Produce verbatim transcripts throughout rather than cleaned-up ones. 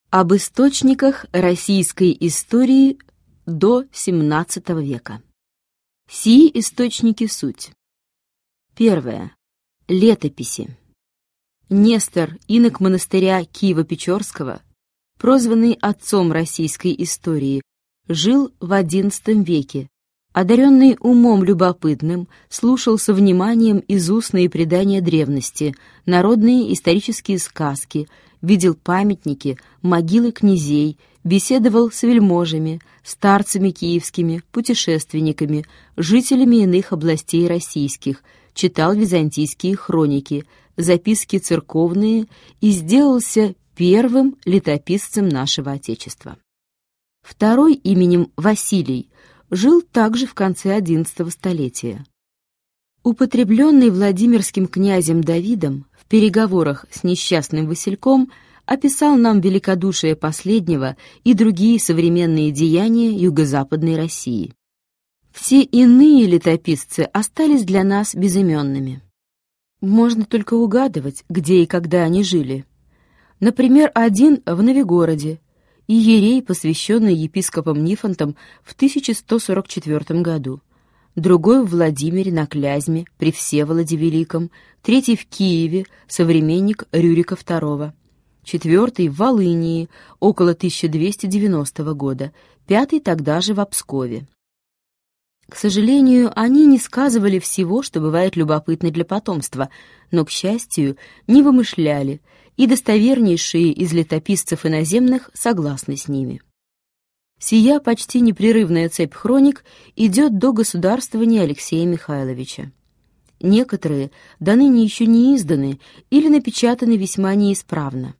Об источниках российской истории до семнадцатого века. Сии источники суть. Первое. Летописи. Нестор, инок монастыря Киево-Печорского, прозванный отцом российской истории, жил в одиннадцатом веке. Одаренный умом любопытным, слушал со вниманием из устные предания древности, народные исторические сказки, видел памятники, могилы князей, беседовал с вельможами, старцами киевскими, путешественниками, жителями иных областей российских, читал византийские хроники, записки церковные и сделался первым летописцем нашего Отечества. Второй, именем Василий, жил также в конце одиннадцатого столетия. Употребленный Владимирским князем Давидом в переговорах с несчастным Васильком описал нам великодушие последнего и другие современные деяния юго-западной России. Все иные летописцы остались для нас безыменными. Можно только угадывать, где и когда они жили. Например, один в Новегороде, иерей, посвященный епископом Нифонтом в тысяча сто сорок четвёртом году, другой в Владимире на Клязьме при Всеволоде Великом, третий в Киеве, современник Рюрика второго, четвертый в Волынии около тысяча двести девяностого года, пятый тогда же в Пскове. К сожалению, они не сказывали всего, что бывает любопытно для потомства, но, к счастью, не вымышляли, и достовернейшие из летописцев иноземных согласны с ними. Сия почти непрерывная цепь хроник идет до государствования Алексея Михайловича. Некоторые до ныне еще не изданы или напечатаны весьма неисправно.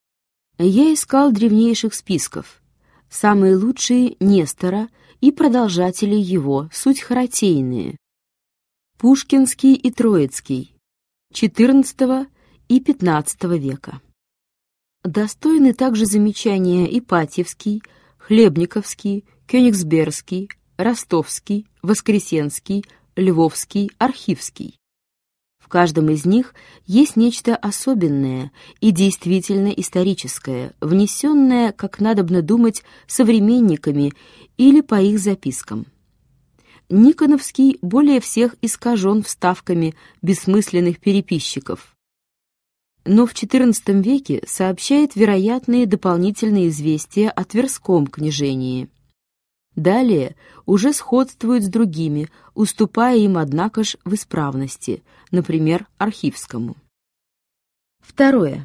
Я искал древнейших списков. Самые лучшие Нестора и продолжатели его, суть харатейные. Пушкинский и Троицкий, четырнадцатого и пятнадцатого века. Достойны также замечания Ипатьевский, Хлебниковский, Кёнигсбергский, Ростовский, Воскресенский, Львовский, Архивский. В каждом из них есть нечто особенное и действительно историческое, внесенное, как надобно думать, современниками или по их запискам. Никоновский более всех искажен вставками бессмысленных переписчиков, но в четырнадцатом веке сообщает вероятные дополнительные известия о Тверском княжении. Далее уже сходствует с другими, уступая им, однако ж, в исправности, например, Архивскому. Второе.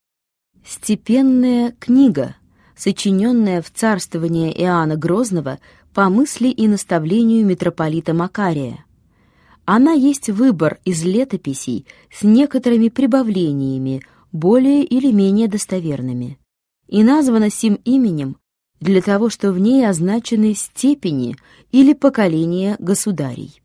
Степенная книга, сочиненная в царствование Иоанна Грозного по мысли и наставлению митрополита Макария. Она есть выбор из летописей с некоторыми прибавлениями, более или менее достоверными, и названа сим именем для того, что в ней означены степени или поколения государей.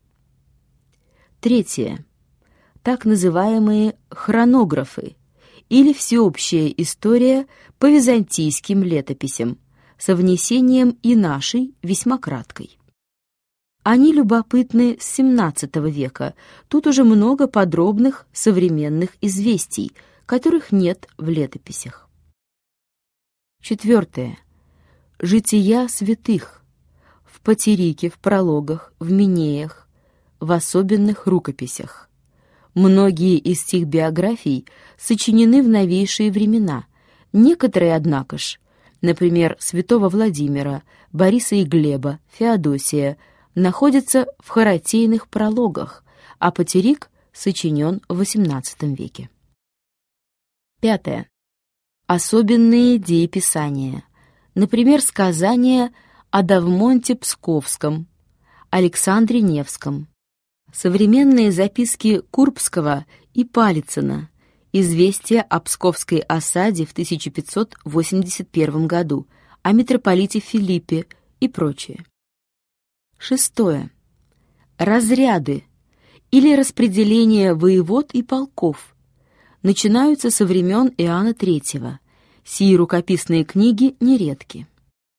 Третье. Так называемые хронографы или всеобщая история по византийским летописям со внесением и нашей весьма краткой. Они любопытны с семнадцатого века, тут уже много подробных современных известий, которых нет в летописях. Четвертое. Жития святых в Патерике, в прологах, в Минеях, в особенных рукописях. Многие из сих биографий сочинены в новейшие времена, некоторые, однако ж, например, святого Владимира, Бориса и Глеба, Феодосия, находятся в харатейных прологах, а Патерик сочинен в восемнадцатом веке. Пятое. Особенные дееписания. Например, сказания о Давмонте Псковском, Александре Невском, современные записки Курбского и Палицына, известия о Псковской осаде в тысяча пятьсот восемьдесят первом году, о митрополите Филиппе и прочее. Шестое. Разряды или распределение воевод и полков начинаются со времен Иоанна третьего. Сии рукописные книги нередки.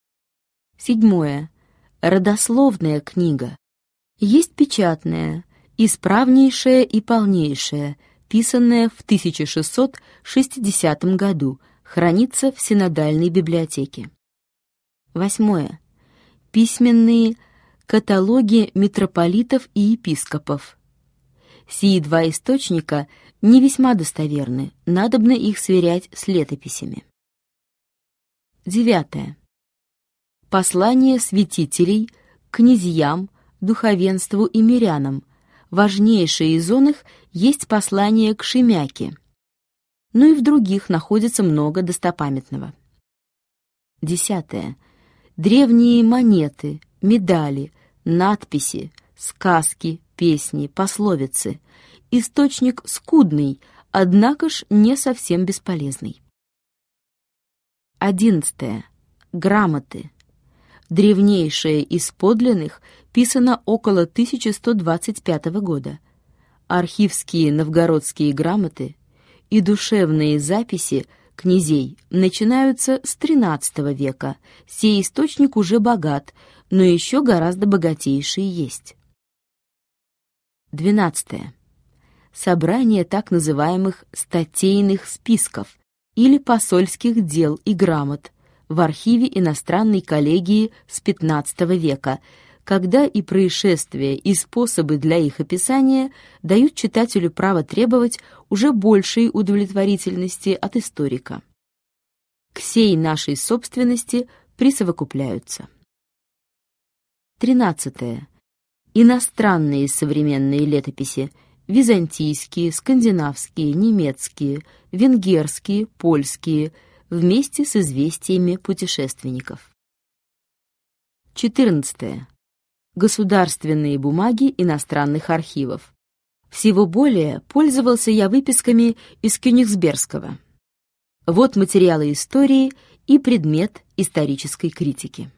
Седьмое. Родословная книга. Есть печатная, исправнейшая и полнейшая, писанная в тысяча шестьсот шестидесятом году, Хранится в Синодальной библиотеке. Восьмое. Письменные каталоги митрополитов и епископов. Сии два источника не весьма достоверны, надобно их сверять с летописями. Девятое. Послания святителей князьям, духовенству и мирянам. Важнейшее из них есть послание к Шемяке. Но и в других находится много достопамятного. Десятое. Древние монеты, медали, надписи, сказки, песни, пословицы. Источник скудный, однако ж не совсем бесполезный. Одиннадцатое. Грамоты. Древнейшая из подлинных писана около тысяча сто двадцать пятого года. Архивские новгородские грамоты и душевные записи князей начинаются с тринадцатого века. Сей источник уже богат, но еще гораздо богатейшие есть. Двенадцатое. Собрание так называемых статейных списков или посольских дел и грамот в архиве иностранной коллегии с пятнадцатого века, когда и происшествия, и способы для их описания дают читателю право требовать уже большей удовлетворительности от историка. К сей нашей собственности присовокупляются. Тринадцатое. Иностранные современные летописи: византийские, скандинавские, немецкие, венгерские, польские, вместе с известиями путешественников. четырнадцатое. Государственные бумаги иностранных архивов. Всего более пользовался я выписками из Кёнигсбергского. Вот материалы истории и предмет исторической критики.